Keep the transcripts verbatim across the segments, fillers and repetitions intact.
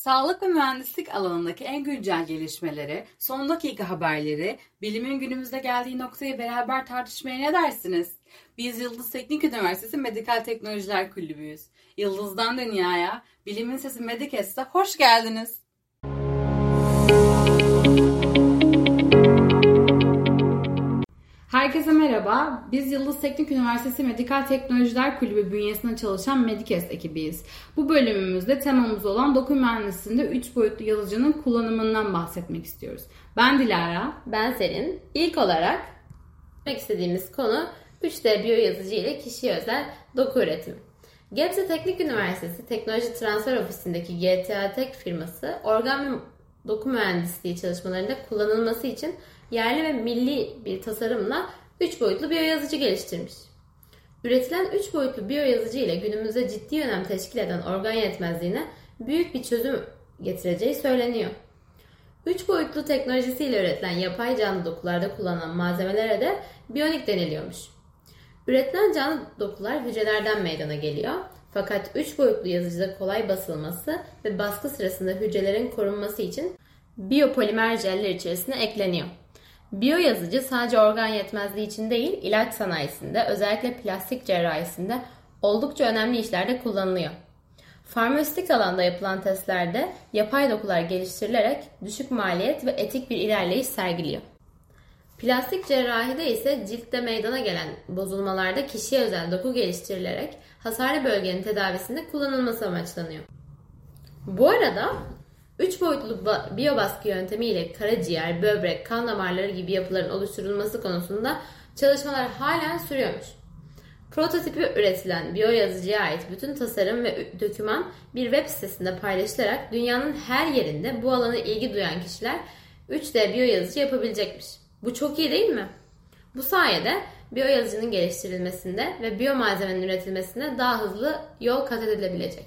Sağlık ve mühendislik alanındaki en güncel gelişmeleri, son dakika haberleri, bilimin günümüzde geldiği noktayı beraber tartışmaya ne dersiniz? Biz Yıldız Teknik Üniversitesi Medikal Teknolojiler Kulübüyüz. Yıldız'dan Dünya'ya, Bilimin Sesi Medikest'e hoş geldiniz. Herkese merhaba. Biz Yıldız Teknik Üniversitesi Medikal Teknolojiler Kulübü bünyesinde çalışan Medikest ekibiyiz. Bu bölümümüzde temamız olan doku mühendisliğinde üç boyutlu yazıcının kullanımından bahsetmek istiyoruz. Ben Dilara. Ben Selin. İlk olarak yapmak istediğimiz konu üç D biyoyazıcı ile kişiye özel doku üretimi. Gebze Teknik Üniversitesi Teknoloji Transfer Ofisi'ndeki G T A Tek firması organ ve doku mühendisliği çalışmalarında kullanılması için yerli ve milli bir tasarımla üç boyutlu biyoyazıcı geliştirmiş. Üretilen üç boyutlu biyoyazıcı ile günümüzde ciddi önem teşkil eden organ yetmezliğine büyük bir çözüm getireceği söyleniyor. üç boyutlu teknolojisiyle üretilen yapay canlı dokularda kullanılan malzemelere de biyonik deniliyormuş. Üretilen canlı dokular hücrelerden meydana geliyor. Fakat üç boyutlu yazıcıda kolay basılması ve baskı sırasında hücrelerin korunması için biyopolimer jeller içerisine ekleniyor. Biyoyazıcı sadece organ yetmezliği için değil, ilaç sanayisinde, özellikle plastik cerrahisinde oldukça önemli işlerde kullanılıyor. Farmasötik alanda yapılan testlerde yapay dokular geliştirilerek düşük maliyet ve etik bir ilerleyiş sergiliyor. Plastik cerrahide ise ciltte meydana gelen bozulmalarda kişiye özel doku geliştirilerek hasarlı bölgenin tedavisinde kullanılması amaçlanıyor. Bu arada üç boyutlu biyobaskı yöntemiyle karaciğer, böbrek, kan damarları gibi yapıların oluşturulması konusunda çalışmalar halen sürüyormuş. Prototipi üretilen biyoyazıcıya ait bütün tasarım ve doküman bir web sitesinde paylaşılarak dünyanın her yerinde bu alana ilgi duyan kişiler üç D biyoyazıcı yapabilecekmiş. Bu çok iyi değil mi? Bu sayede biyoyazıcının geliştirilmesinde ve biyomalzemenin üretilmesinde daha hızlı yol kat edilebilecek.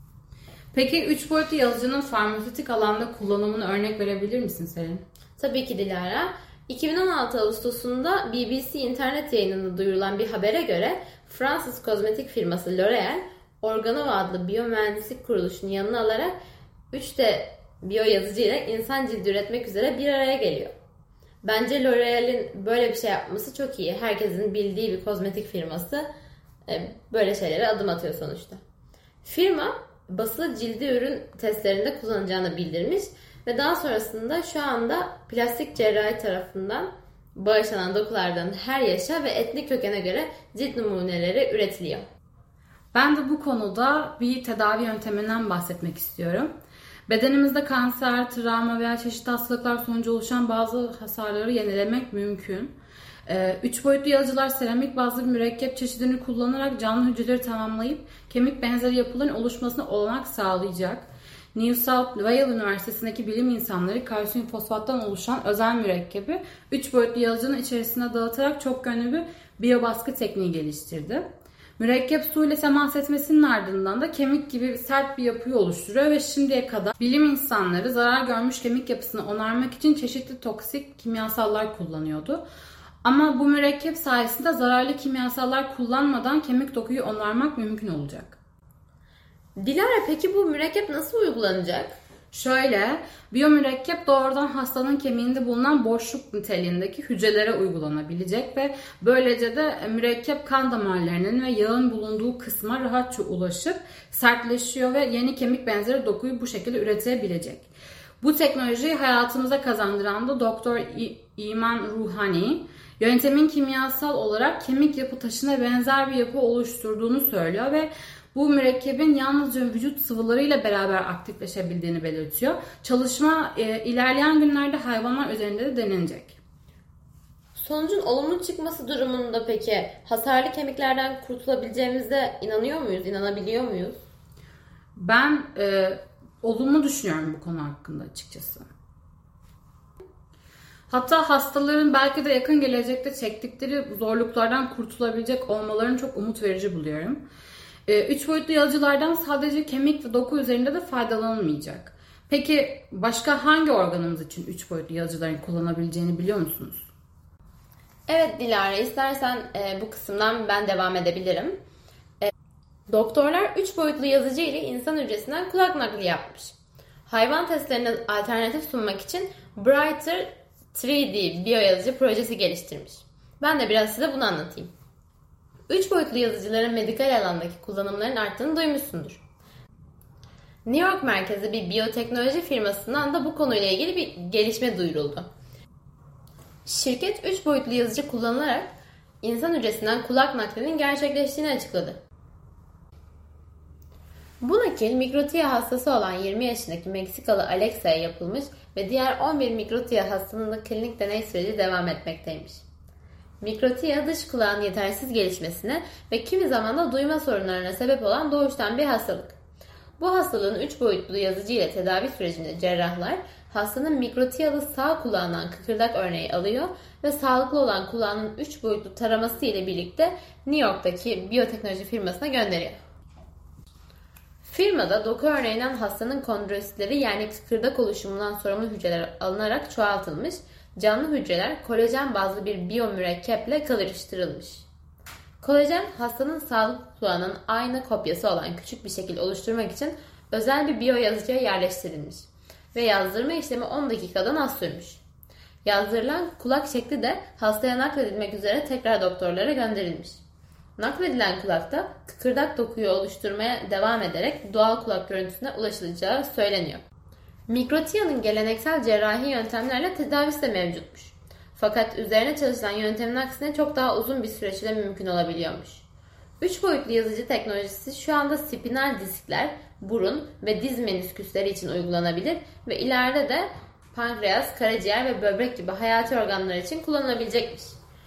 Peki üç boyutlu yazıcının farmasötik alanda kullanımını örnek verebilir misin Selin? Tabii ki Dilara. iki bin on altı Ağustos'unda B B C internet yayınında duyurulan bir habere göre Fransız kozmetik firması L'Oréal, Organova adlı biyomühendislik kuruluşunu yanına alarak üç D biyoyazıcı ile insan cildi üretmek üzere bir araya geliyor. Bence L'Oréal'in böyle bir şey yapması çok iyi. Herkesin bildiği bir kozmetik firması böyle şeylere adım atıyor sonuçta. Firma basılı cildi ürün testlerinde kullanacağını bildirmiş ve daha sonrasında şu anda plastik cerrahi tarafından bağışlanan dokulardan her yaşa ve etnik kökene göre cilt numuneleri üretiliyor. Ben de bu konuda bir tedavi yönteminden bahsetmek istiyorum. Bedenimizde kanser, travma veya çeşitli hastalıklar sonucu oluşan bazı hasarları yenilemek mümkün. Üç boyutlu yazıcılar seramik bazlı bir mürekkep çeşidini kullanarak canlı hücreleri tamamlayıp kemik benzeri yapıların oluşmasına olanak sağlayacak. New South Wales Üniversitesi'ndeki bilim insanları kalsiyum fosfattan oluşan özel mürekkebi üç boyutlu yazıcının içerisine dağıtarak çok yönlü bir biyobaskı tekniği geliştirdi. Mürekkep su ile temas etmesinin ardından da kemik gibi sert bir yapıyı oluşturuyor ve şimdiye kadar bilim insanları zarar görmüş kemik yapısını onarmak için çeşitli toksik kimyasallar kullanıyordu. Ama bu mürekkep sayesinde zararlı kimyasallar kullanmadan kemik dokuyu onarmak mümkün olacak. Dilara, peki bu mürekkep nasıl uygulanacak? Şöyle, biyomürekkep doğrudan hastanın kemiğinde bulunan boşluk niteliğindeki hücrelere uygulanabilecek ve böylece de mürekkep kan damarlarının ve yağın bulunduğu kısma rahatça ulaşıp sertleşiyor ve yeni kemik benzeri dokuyu bu şekilde üretebilecek. Bu teknolojiyi hayatımıza kazandıran da Doktor İman Ruhani, yöntemin kimyasal olarak kemik yapı taşına benzer bir yapı oluşturduğunu söylüyor ve bu mürekkebin yalnızca vücut sıvılarıyla beraber aktifleşebildiğini belirtiyor. Çalışma e, ilerleyen günlerde hayvanlar üzerinde de denenecek. Sonucun olumlu çıkması durumunda peki hasarlı kemiklerden kurtulabileceğimize inanıyor muyuz, inanabiliyor muyuz? Ben e, olumlu düşünüyorum bu konu hakkında açıkçası. Hatta hastaların belki de yakın gelecekte çektikleri zorluklardan kurtulabilecek olmalarını çok umut verici buluyorum. Üç boyutlu yazıcılardan sadece kemik ve doku üzerinde de faydalanılmayacak. Peki başka hangi organımız için üç boyutlu yazıcıların kullanabileceğini biliyor musunuz? Evet Dilara, istersen e, bu kısımdan ben devam edebilirim. E, doktorlar üç boyutlu yazıcı ile insan hücresinden kulak nakli yapmış. Hayvan testlerine alternatif sunmak için Brighter üç D biyoyazıcı projesi geliştirmiş. Ben de biraz size bunu anlatayım. Üç boyutlu yazıcıların medikal alandaki kullanımların arttığını duymuşsundur. New York merkezli bir biyoteknoloji firmasından da bu konuyla ilgili bir gelişme duyuruldu. Şirket üç boyutlu yazıcı kullanılarak insan hücresinden kulak naklinin gerçekleştiğini açıkladı. Bu nakil mikrotia hastası olan yirmi yaşındaki Meksikalı Alexa'ya yapılmış ve diğer on bir mikrotia hastanın da klinik deney süreci devam etmekteymiş. Mikrotia dış kulağın yetersiz gelişmesine ve kimi zaman da duyma sorunlarına sebep olan doğuştan bir hastalık. Bu hastalığın üç boyutlu yazıcı ile tedavi sürecinde cerrahlar hastanın mikrotiyalı sağ kulağından kıkırdak örneği alıyor ve sağlıklı olan kulağının üç boyutlu taraması ile birlikte New York'taki biyoteknoloji firmasına gönderiyor. Firmada doku örneğinden hastanın kondrositleri yani kıkırdak oluşumundan sorumlu hücreler alınarak çoğaltılmış, canlı hücreler kolajen bazlı bir biyomürekkeple karıştırılmış. Kolajen hastanın sağlıklı kulağının aynı kopyası olan küçük bir şekil oluşturmak için özel bir biyoyazıcıya yerleştirilmiş ve yazdırma işlemi on dakikadan az sürmüş. Yazdırılan kulak şekli de hastaya nakledilmek üzere tekrar doktorlara gönderilmiş. Nakledilen kulakta kıkırdak dokuyu oluşturmaya devam ederek doğal kulak görüntüsüne ulaşılacağı söyleniyor. Mikrotiya'nın geleneksel cerrahi yöntemlerle tedavisi de mevcutmuş. Fakat üzerine çalışılan yöntemin aksine çok daha uzun bir süreçle mümkün olabiliyormuş. üç boyutlu yazıcı teknolojisi şu anda spinal diskler, burun ve diz menisküsleri için uygulanabilir ve ileride de pankreas, karaciğer ve böbrek gibi hayati organlar için kullanılabilecekmiş.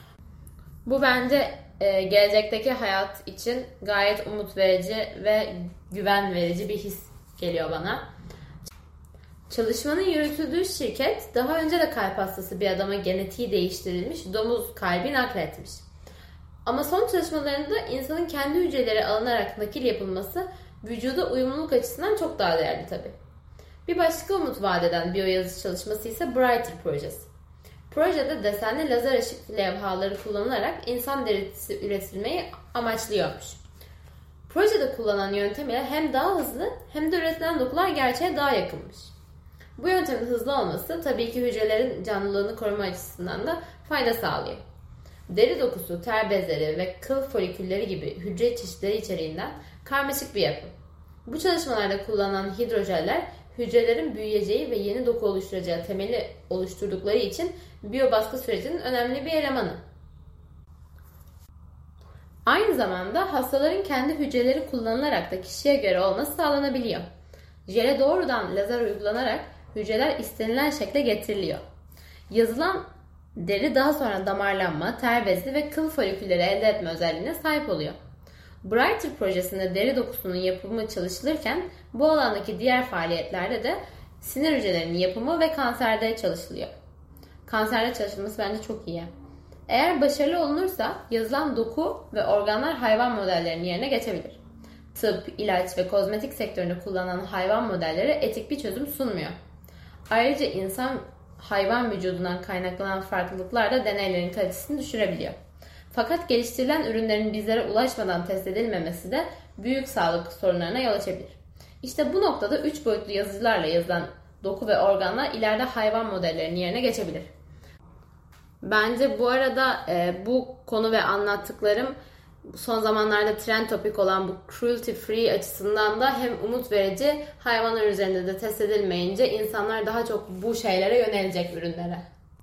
Bu bence e, gelecekteki hayat için gayet umut verici ve güven verici bir his geliyor bana. Çalışmanın yürütüldüğü şirket daha önce de kalp hastası bir adama genetiği değiştirilmiş domuz kalbi nakletmiş. Ama son çalışmalarında insanın kendi hücreleri alınarak nakil yapılması vücuda uyumluluk açısından çok daha değerli tabii. Bir başka umut vaat eden biyoyazıcı çalışması ise Brighter projesi. Projede desenli lazer ışık levhaları kullanılarak insan derisi üretilmeyi amaçlıyormuş. Projede kullanılan yöntem ile hem daha hızlı hem de üretilen dokular gerçeğe daha yakınmış. Bu yöntemin hızlı olması tabii ki hücrelerin canlılığını koruma açısından da fayda sağlıyor. Deri dokusu, ter bezleri ve kıl folikülleri gibi hücre çeşitleri içeriğinden karmaşık bir yapı. Bu çalışmalarda kullanılan hidrojeller hücrelerin büyüyeceği ve yeni doku oluşturacağı temeli oluşturdukları için biyobaskı sürecinin önemli bir elemanı. Aynı zamanda hastaların kendi hücreleri kullanılarak da kişiye göre olması sağlanabiliyor. Jele doğrudan lazer uygulanarak hücreler istenilen şekle getiriliyor. Yazılan deri daha sonra damarlanma, ter bezi ve kıl folikülleri elde etme özelliğine sahip oluyor. Brighter projesinde deri dokusunun yapımı çalışılırken bu alandaki diğer faaliyetlerde de sinir hücrelerinin yapımı ve kanserde çalışılıyor. Kanserde çalışılması bence çok iyi. Eğer başarılı olunursa yazılan doku ve organlar hayvan modellerinin yerine geçebilir. Tıp, ilaç ve kozmetik sektöründe kullanılan hayvan modelleri etik bir çözüm sunmuyor. Ayrıca insan hayvan vücudundan kaynaklanan farklılıklar da deneylerin kalitesini düşürebiliyor. Fakat geliştirilen ürünlerin bizlere ulaşmadan test edilmemesi de büyük sağlık sorunlarına yol açabilir. İşte bu noktada üç boyutlu yazıcılarla yazılan doku ve organlar ileride hayvan modellerinin yerine geçebilir. Bence bu arada e, bu konu ve anlattıklarım son zamanlarda trend topik olan bu cruelty free açısından da hem umut verici, hayvanlar üzerinde de test edilmeyince insanlar daha çok bu şeylere yönelecek ürünlere.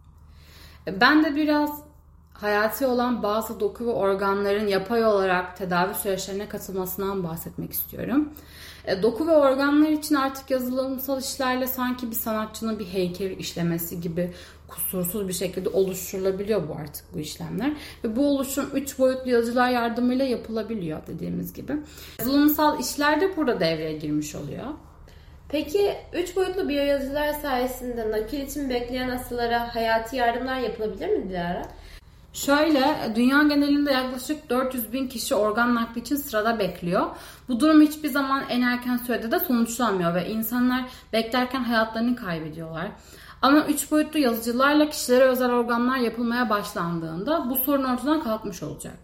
Ben de biraz hayati olan bazı doku ve organların yapay olarak tedavi süreçlerine katılmasından bahsetmek istiyorum. Doku ve organlar için artık yazılımsal işlerle sanki bir sanatçının bir heykel işlemesi gibi kusursuz bir şekilde oluşturulabiliyor bu artık bu işlemler. Ve bu oluşum üç boyutlu yazıcılar yardımıyla yapılabiliyor dediğimiz gibi. Yazılımsal işler de burada devreye girmiş oluyor. Peki üç boyutlu biyoyazıcılar sayesinde nakil için bekleyen hastalara hayati yardımlar yapılabilir mi Dilara? Şöyle, dünya genelinde yaklaşık dört yüz bin kişi organ nakli için sırada bekliyor. Bu durum hiçbir zaman en erken sürede de sonuçlanmıyor ve insanlar beklerken hayatlarını kaybediyorlar. Ama üç boyutlu yazıcılarla kişilere özel organlar yapılmaya başlandığında bu sorun ortadan kalkmış olacak.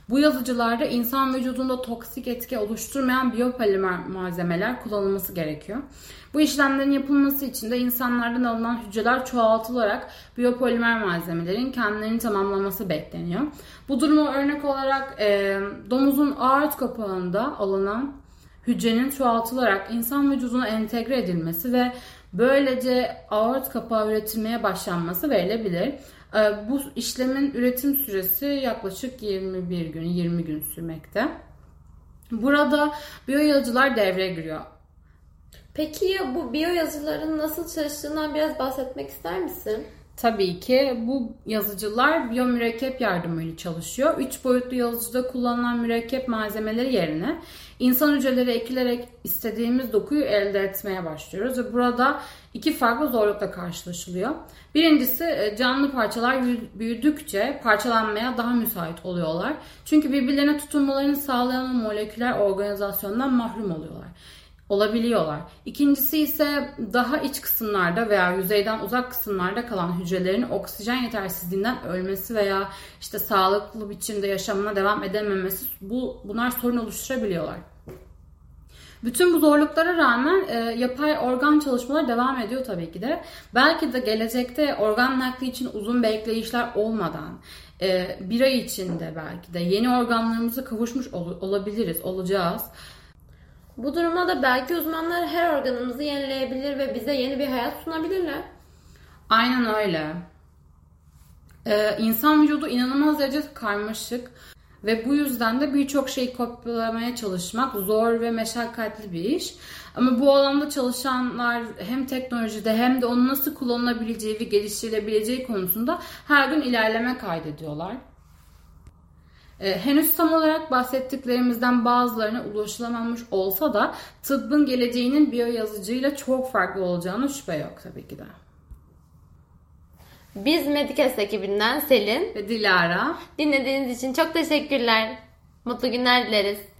Bu yazıcılarda insan vücudunda toksik etki oluşturmayan biyopolimer malzemeler kullanılması gerekiyor. Bu işlemlerin yapılması için de insanlardan alınan hücreler çoğaltılarak biyopolimer malzemelerin kendilerini tamamlaması bekleniyor. Bu duruma örnek olarak e, domuzun aort kapağında alınan hücrenin çoğaltılarak insan vücuduna entegre edilmesi ve böylece aort kapağı üretilmeye başlanması verilebilir. Bu işlemin üretim süresi yaklaşık yirmi bir gün, yirmi gün sürmekte. Burada biyoyazıcılar devreye giriyor. Peki ya bu biyoyazıcıların nasıl çalıştığından biraz bahsetmek ister misin? Tabii ki bu yazıcılar biyomürekkep yardımıyla çalışıyor. Üç boyutlu yazıcıda kullanılan mürekkep malzemeleri yerine insan hücreleri ekilerek istediğimiz dokuyu elde etmeye başlıyoruz. Ve burada iki farklı zorlukla karşılaşılıyor. Birincisi, canlı parçalar büyüdükçe parçalanmaya daha müsait oluyorlar. Çünkü birbirlerine tutunmalarını sağlayan moleküler organizasyondan mahrum oluyorlar. olabiliyorlar. İkincisi ise daha iç kısımlarda veya yüzeyden uzak kısımlarda kalan hücrelerin oksijen yetersizliğinden ölmesi veya işte sağlıklı biçimde yaşamına devam edememesi, bu bunlar sorun oluşturabiliyorlar. Bütün bu zorluklara rağmen e, yapay organ çalışmaları devam ediyor tabii ki de. Belki de gelecekte organ nakli için uzun bekleyişler olmadan e, bir ay içinde belki de yeni organlarımıza kavuşmuş ol, olabiliriz, olacağız. Bu durumda da belki uzmanlar her organımızı yenileyebilir ve bize yeni bir hayat sunabilirler. Aynen öyle. Ee, insan vücudu inanılmaz derece karmaşık ve bu yüzden de birçok şeyi kopyalamaya çalışmak zor ve meşakkatli bir iş. Ama bu alanda çalışanlar hem teknolojide hem de onun nasıl kullanılabileceği ve geliştirilebileceği konusunda her gün ilerleme kaydediyorlar. Henüz tam olarak bahsettiklerimizden bazılarına ulaşılamamış olsa da tıbbın geleceğinin biyoyazıcıyla çok farklı olacağına şüphe yok tabii ki de. Biz Medikes ekibinden Selin ve Dilara. Dinlediğiniz için çok teşekkürler. Mutlu günler dileriz.